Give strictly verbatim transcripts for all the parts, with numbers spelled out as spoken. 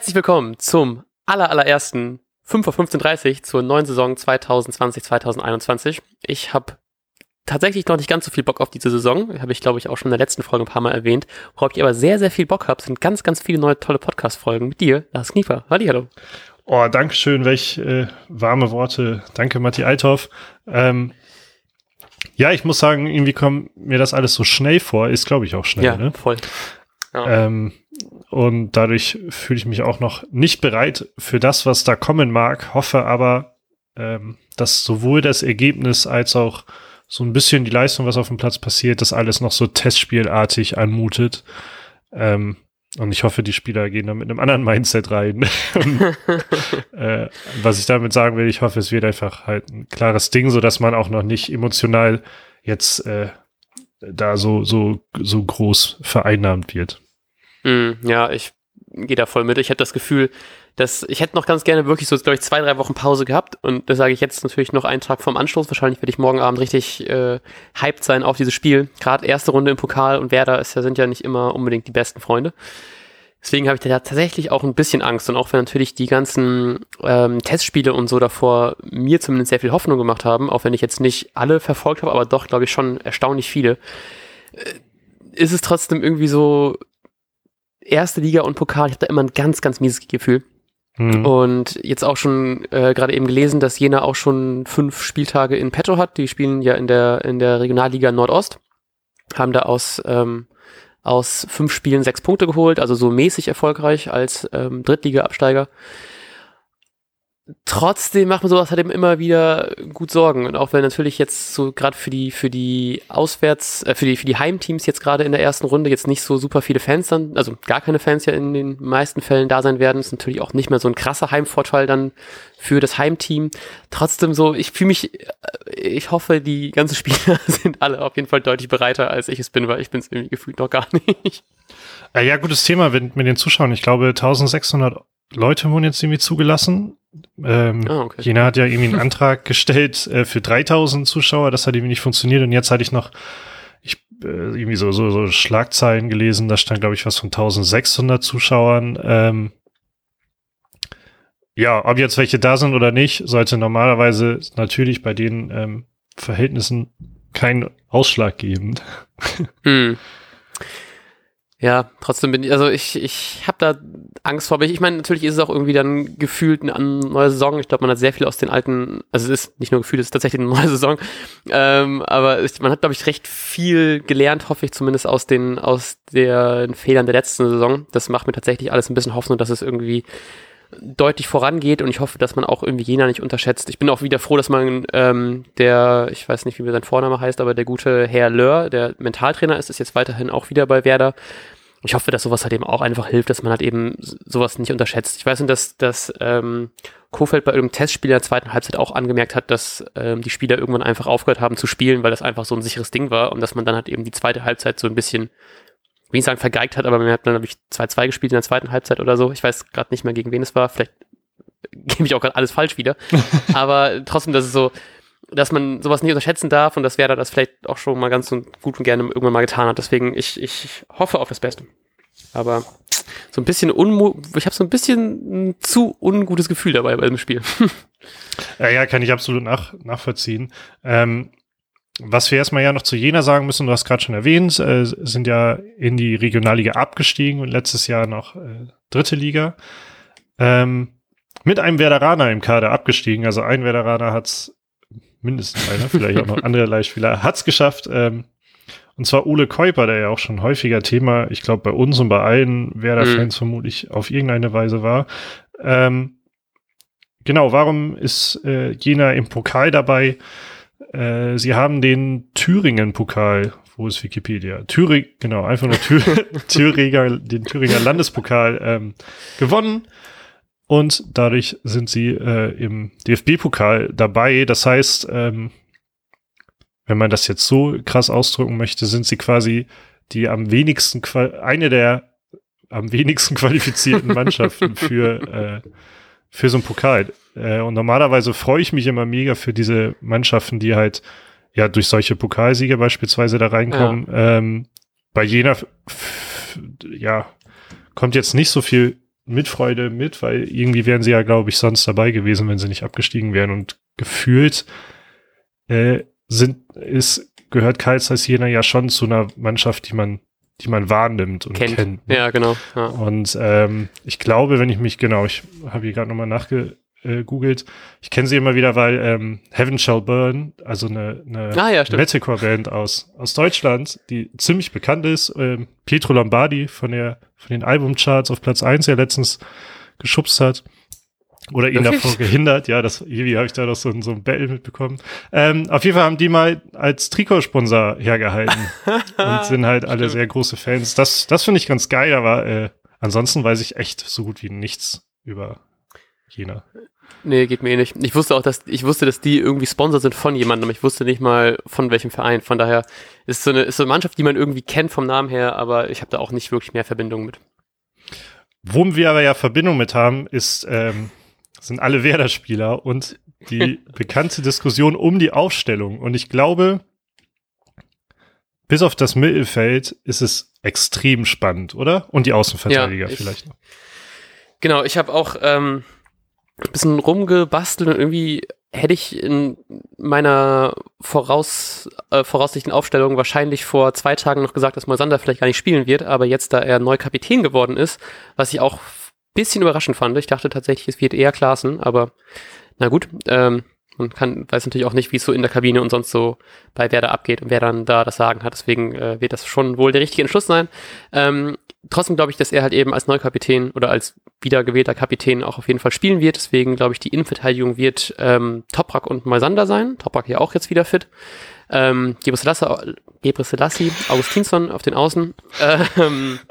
Herzlich willkommen zum aller, allerersten fünf Uhr fünfzehn Uhr dreißig zur neuen Saison zwanzig zwanzig zwanzig einundzwanzig. Ich habe tatsächlich noch nicht ganz so viel Bock auf diese Saison. Habe ich, glaube ich, auch schon in der letzten Folge ein paar Mal erwähnt. Worauf ich aber sehr, sehr viel Bock habe, sind ganz, ganz viele neue tolle Podcast-Folgen mit dir, Lars Kniefer. Hallihallo. Oh, danke schön, welch äh, warme Worte. Danke, Matti Althoff. Ähm, ja, ich muss sagen, irgendwie kommt mir das alles so schnell vor. Ist, glaube ich, auch schnell, ja, ne? Voll. Ja. Ähm, und dadurch fühle ich mich auch noch nicht bereit für das, was da kommen mag. Hoffe aber, ähm, dass sowohl das Ergebnis als auch so ein bisschen die Leistung, was auf dem Platz passiert, das alles noch so testspielartig anmutet. Ähm, und ich hoffe, die Spieler gehen da mit einem anderen Mindset rein. und, äh, was ich damit sagen will, ich hoffe, es wird einfach halt ein klares Ding, so dass man auch noch nicht emotional jetzt äh, da so, so, so groß vereinnahmt wird. Mm, ja, ich gehe da voll mit. Ich habe das Gefühl, dass ich hätte noch ganz gerne wirklich so, glaube ich, zwei, drei Wochen Pause gehabt. Und das sage ich jetzt natürlich noch einen Tag vorm Anstoß. Wahrscheinlich werde ich morgen Abend richtig äh, hyped sein auf dieses Spiel. Gerade erste Runde im Pokal und Werder ist ja, sind ja nicht immer unbedingt die besten Freunde. Deswegen habe ich da tatsächlich auch ein bisschen Angst. Und auch wenn natürlich die ganzen ähm, Testspiele und so davor mir zumindest sehr viel Hoffnung gemacht haben, auch wenn ich jetzt nicht alle verfolgt habe, aber doch, glaube ich, schon erstaunlich viele, äh, ist es trotzdem irgendwie so erste Liga und Pokal. Ich habe da immer ein ganz, ganz mieses Gefühl. Mhm. Und jetzt auch schon äh, gerade eben gelesen, dass Jena auch schon fünf Spieltage in petto hat. Die spielen ja in der in der Regionalliga Nordost. Haben da aus ähm, aus fünf Spielen sechs Punkte geholt, also so mäßig erfolgreich als ähm, Drittliga-Absteiger. Trotzdem macht man sowas halt eben immer wieder gut Sorgen. Und auch wenn natürlich jetzt so gerade für die für die Auswärts, äh, für die für die Heimteams jetzt gerade in der ersten Runde jetzt nicht so super viele Fans dann, also gar keine Fans ja in den meisten Fällen da sein werden, ist natürlich auch nicht mehr so ein krasser Heimvorteil dann für das Heimteam. Trotzdem so, ich fühle mich, ich hoffe, die ganzen Spieler sind alle auf jeden Fall deutlich bereiter, als ich es bin, weil ich bin es irgendwie gefühlt noch gar nicht. Ja, gutes Thema mit, mit den Zuschauern. Ich glaube, eintausendsechshundert Leute wurden jetzt irgendwie zugelassen. Ähm, ah, okay. Jena hat ja irgendwie einen Antrag gestellt äh, für dreitausend Zuschauer, das hat irgendwie nicht funktioniert und jetzt hatte ich noch ich, äh, irgendwie so, so, so Schlagzeilen gelesen, da stand glaube ich was von eintausendsechshundert Zuschauern. Ähm, ja, ob jetzt welche da sind oder nicht, sollte normalerweise natürlich bei den ähm, Verhältnissen keinen Ausschlag geben. Hm. Ja, trotzdem bin ich, also ich, ich habe da Angst vor, aber ich, ich meine, natürlich ist es auch irgendwie dann gefühlt eine neue Saison. Ich glaube, man hat sehr viel aus den alten, also es ist nicht nur gefühlt, es ist tatsächlich eine neue Saison, ähm, aber ich, man hat, glaube ich, recht viel gelernt, hoffe ich zumindest aus den, aus den Fehlern der letzten Saison. Das macht mir tatsächlich alles ein bisschen Hoffnung, dass es irgendwie deutlich vorangeht und ich hoffe, dass man auch irgendwie Jena nicht unterschätzt. Ich bin auch wieder froh, dass man ähm, der, ich weiß nicht, wie mir sein Vorname heißt, aber der gute Herr Löhr, der Mentaltrainer ist, ist jetzt weiterhin auch wieder bei Werder. Ich hoffe, dass sowas halt eben auch einfach hilft, dass man halt eben sowas nicht unterschätzt. Ich weiß nicht, dass, dass ähm, Kohfeldt bei irgendeinem Testspiel in der zweiten Halbzeit auch angemerkt hat, dass ähm, die Spieler irgendwann einfach aufgehört haben zu spielen, weil das einfach so ein sicheres Ding war und dass man dann halt eben die zweite Halbzeit so ein bisschen, wie ich sagen, vergeigt hat, aber man hat dann, glaube ich, zwei zwei gespielt in der zweiten Halbzeit oder so. Ich weiß gerade nicht mehr, gegen wen es war. Vielleicht gebe ich auch gerade alles falsch wieder. Aber trotzdem, das ist so, dass man sowas nicht unterschätzen darf und dass Werder das vielleicht auch schon mal ganz gut und gerne irgendwann mal getan hat. Deswegen, ich, ich hoffe auf das Beste. Aber so ein bisschen Unmut, ich habe so ein bisschen ein zu ungutes Gefühl dabei bei dem Spiel. Ja, ja, kann ich absolut nach, nachvollziehen. Ähm, Was wir erstmal ja noch zu Jena sagen müssen, du hast gerade schon erwähnt, äh, sind ja in die Regionalliga abgestiegen und letztes Jahr noch äh, dritte Liga. Ähm, mit einem Werderaner im Kader abgestiegen, also ein Werderaner hat's, mindestens einer, vielleicht auch noch andere Leihspieler, hat's geschafft. Ähm, und zwar Ole Kuiper, der ja auch schon häufiger Thema, ich glaube bei uns und bei allen Werder-Fans mhm. vermutlich auf irgendeine Weise war. Ähm, genau, warum ist äh, Jena im Pokal dabei? Äh, sie haben den Thüringen-Pokal, wo ist Wikipedia? Thüringen, genau, einfach nur Thür Thüringer, den Thüringer Landespokal ähm, gewonnen und dadurch sind sie äh, im D F B-Pokal dabei. Das heißt, ähm, wenn man das jetzt so krass ausdrücken möchte, sind sie quasi die am wenigsten, eine der am wenigsten qualifizierten Mannschaften für äh, für so einen Pokal. Äh, und normalerweise freue ich mich immer mega für diese Mannschaften, die halt ja durch solche Pokalsiege beispielsweise da reinkommen. Ja. Ähm, bei Jena f- f- ja kommt jetzt nicht so viel mit Freude mit, weil irgendwie wären sie ja, glaube ich, sonst dabei gewesen, wenn sie nicht abgestiegen wären. Und gefühlt äh, sind, ist, gehört Carl Zeiss Jena ja schon zu einer Mannschaft, die man, die man wahrnimmt und kennt. kennt ne? Ja, genau. Ja. Und ähm, ich glaube, wenn ich mich, genau, ich habe hier gerade nochmal nachgegoogelt, ich kenne sie immer wieder, weil ähm, Heaven Shall Burn, also eine, eine ah, ja, Metalcore-Band aus, aus Deutschland, die ziemlich bekannt ist, ähm, Pietro Lombardi von der von den Albumcharts auf Platz eins ja letztens geschubst hat. Oder ihn Wirklich? davor gehindert, ja, das irgendwie habe ich da noch so, so ein Battle mitbekommen. Ähm, auf jeden Fall haben die mal als Trikotsponsor hergehalten und sind halt alle Stimmt. sehr große Fans. Das, das finde ich ganz geil, aber äh, ansonsten weiß ich echt so gut wie nichts über Jena. Nee, geht mir eh nicht. Ich wusste auch, dass ich wusste, dass die irgendwie Sponsor sind von jemandem, aber ich wusste nicht mal von welchem Verein. Von daher ist so eine, ist so eine Mannschaft, die man irgendwie kennt vom Namen her, aber ich habe da auch nicht wirklich mehr Verbindung mit. Wo wir aber ja Verbindung mit haben, ist ähm, sind alle Werder-Spieler und die bekannte Diskussion um die Aufstellung. Und ich glaube, bis auf das Mittelfeld ist es extrem spannend, oder? Und die Außenverteidiger ja, ich, vielleicht noch. Genau, ich habe auch ähm, ein bisschen rumgebastelt und irgendwie hätte ich in meiner voraus, äh, voraussichtlichen Aufstellung wahrscheinlich vor zwei Tagen noch gesagt, dass Moisander vielleicht gar nicht spielen wird, aber jetzt, da er neu Kapitän geworden ist, was ich auch bisschen überraschend fand. Ich dachte tatsächlich, es wird eher Klaassen, aber na gut, ähm, man kann, weiß natürlich auch nicht, wie es so in der Kabine und sonst so bei Werder abgeht und wer dann da das Sagen hat, deswegen äh, wird das schon wohl der richtige Entschluss sein. Ähm, trotzdem glaube ich, dass er halt eben als Neukapitän oder als wiedergewählter Kapitän auch auf jeden Fall spielen wird, deswegen glaube ich, die Innenverteidigung wird ähm, Toprak und Moisander sein, Toprak ja auch jetzt wieder fit, ähm, Gebrselassie, Augustinsson auf den Außen, ähm,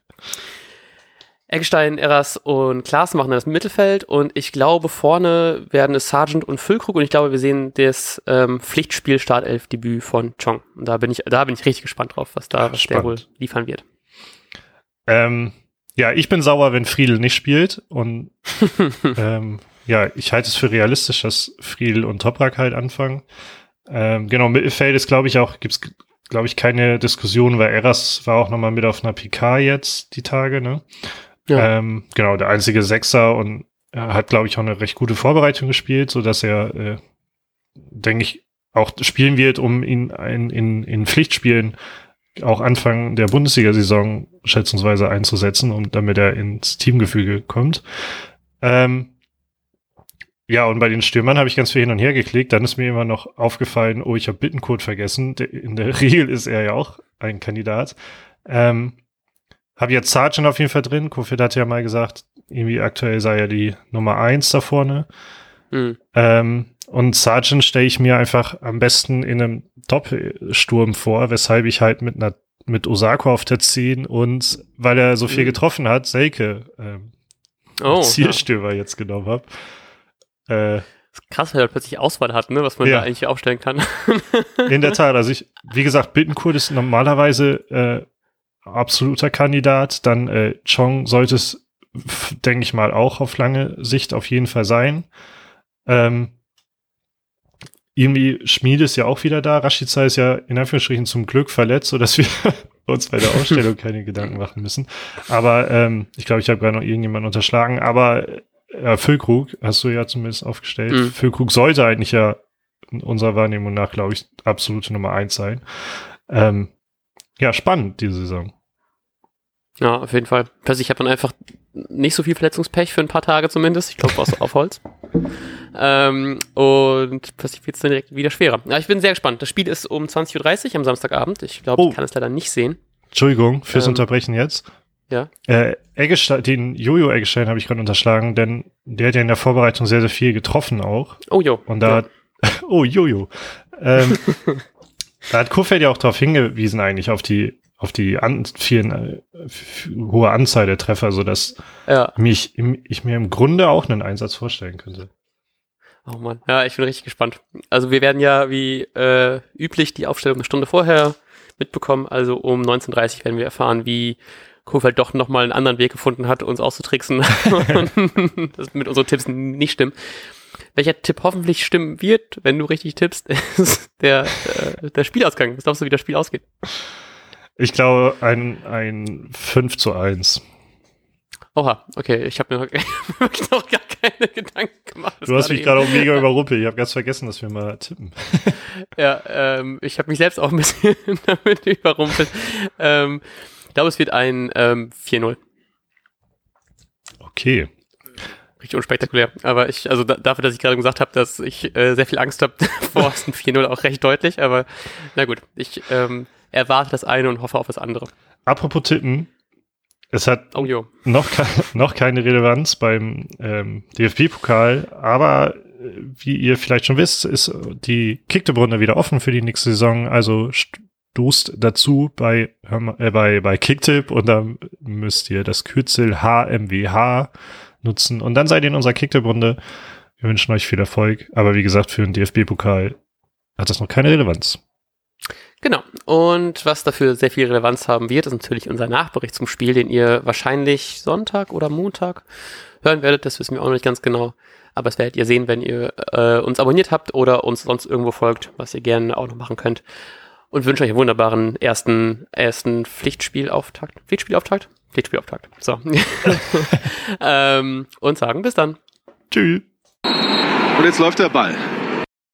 Eggestein, Eras und Klaas machen das Mittelfeld und ich glaube, vorne werden es Sargent und Füllkrug und ich glaube, wir sehen das ähm, Pflichtspiel-Startelf-Debüt von Chong. Und da bin ich, da bin ich richtig gespannt drauf, was da, was der wohl liefern wird. Ähm, ja, ich bin sauer, wenn Friedl nicht spielt und ähm, ja, ich halte es für realistisch, dass Friedl und Toprak halt anfangen. Ähm, genau, Mittelfeld ist, glaube ich, auch, gibt's, glaube ich, keine Diskussion, weil Eras war auch nochmal mit auf einer P K jetzt die Tage, ne? Ja. Ähm, genau, der einzige Sechser und er hat, glaube ich, auch eine recht gute Vorbereitung gespielt, sodass er, äh, denke ich, auch spielen wird, um ihn in, in, in Pflichtspielen auch Anfang der Bundesliga-Saison schätzungsweise einzusetzen und damit er ins Teamgefüge kommt. Ähm, ja, und bei den Stürmern habe ich ganz viel hin und her geklickt. Dann ist mir immer noch aufgefallen, oh, ich habe Bittencourt vergessen. In der Regel ist er ja auch ein Kandidat. Ähm, Habe jetzt Sargent auf jeden Fall drin. Kofeld hat ja mal gesagt, irgendwie aktuell sei er die Nummer eins da vorne. Mhm. Ähm, und Sargent stelle ich mir einfach am besten in einem Doppelsturm vor, weshalb ich halt mit einer mit Osako auf der zehn und weil er so viel mhm. getroffen hat, Selke ähm, oh, Zielstürmer ja. jetzt genommen habe. Äh, krass, weil er plötzlich Auswahl hat, ne, was man ja. da eigentlich aufstellen kann. In der Tat, also ich, wie gesagt, Bittencourt ist normalerweise äh, absoluter Kandidat, dann äh, Chong sollte es, denke ich mal, auch auf lange Sicht auf jeden Fall sein. Ähm, irgendwie Schmied ist ja auch wieder da, Rashica ist ja in Anführungsstrichen zum Glück verletzt, sodass wir uns bei der Aufstellung keine Gedanken machen müssen. Aber ähm, ich glaube, ich habe gerade noch irgendjemanden unterschlagen, aber äh, Füllkrug hast du ja zumindest aufgestellt. Mhm. Füllkrug sollte eigentlich ja in unserer Wahrnehmung nach, glaube ich, absolute Nummer eins sein. Ähm, ja, spannend, diese Saison. Ja, auf jeden Fall. Ich habe dann einfach nicht so viel Verletzungspech für ein paar Tage zumindest. Ich glaube, was auf Holz. ähm, und plötzlich wird es dann direkt wieder schwerer. Ja, ich bin sehr gespannt. Das Spiel ist um zwanzig Uhr dreißig am Samstagabend. Ich glaube, oh. ich kann es leider nicht sehen. Entschuldigung fürs ähm, Unterbrechen jetzt. Ja. Äh, Eggestein, den Jojo Eggestein habe ich gerade unterschlagen, denn der hat ja in der Vorbereitung sehr, sehr viel getroffen auch. Oh jo. Und da ja. oh Jojo. Ähm, da hat Kofeld ja auch darauf hingewiesen eigentlich auf die auf die an, vielen äh, hohe Anzahl der Treffer, sodass ja. mich im, ich mir im Grunde auch einen Einsatz vorstellen könnte. Oh Mann, ja, ich bin richtig gespannt. Also wir werden ja wie äh, üblich die Aufstellung eine Stunde vorher mitbekommen, also um neunzehn Uhr dreißig werden wir erfahren, wie Kofeld doch nochmal einen anderen Weg gefunden hat, uns auszutricksen und das mit unseren Tipps nicht stimmt. Welcher Tipp hoffentlich stimmen wird, wenn du richtig tippst, ist der, äh, der Spielausgang. Was glaubst du, wie das Spiel ausgeht? Ich glaube, ein, ein fünf zu eins. Oha, okay, ich habe mir noch, wirklich noch gar keine Gedanken gemacht. Du hast mich gerade auch mega überrumpelt. Ich habe ganz vergessen, dass wir mal tippen. Ja, ähm, ich habe mich selbst auch ein bisschen damit überrumpelt. Ähm, ich glaube, es wird ein ähm, vier null. Okay. Richtig unspektakulär. Aber ich, also da, dafür, dass ich gerade gesagt habe, dass ich äh, sehr viel Angst habe vor ein vier null, auch recht deutlich. Aber na gut, ich ähm, erwarte das eine und hoffe auf das andere. Apropos tippen. Es hat oh, jo. noch, ke- noch keine Relevanz beim ähm, D F B-Pokal, aber äh, wie ihr vielleicht schon wisst, ist die Kicktipp-Runde wieder offen für die nächste Saison, also stoßt dazu bei, äh, bei, bei Kicktipp und dann müsst ihr das Kürzel H M W H nutzen und dann seid ihr in unserer Kicktipp-Runde. Wir wünschen euch viel Erfolg, aber wie gesagt, für den D F B-Pokal hat das noch keine Relevanz. Genau. Und was dafür sehr viel Relevanz haben wird, ist natürlich unser Nachbericht zum Spiel, den ihr wahrscheinlich Sonntag oder Montag hören werdet. Das wissen wir auch noch nicht ganz genau. Aber das werdet ihr sehen, wenn ihr äh, uns abonniert habt oder uns sonst irgendwo folgt, was ihr gerne auch noch machen könnt. Und wünsche euch einen wunderbaren ersten, ersten Pflichtspielauftakt. Pflichtspielauftakt? Pflichtspielauftakt. So. ähm, und sagen bis dann. Tschüss. Und jetzt läuft der Ball.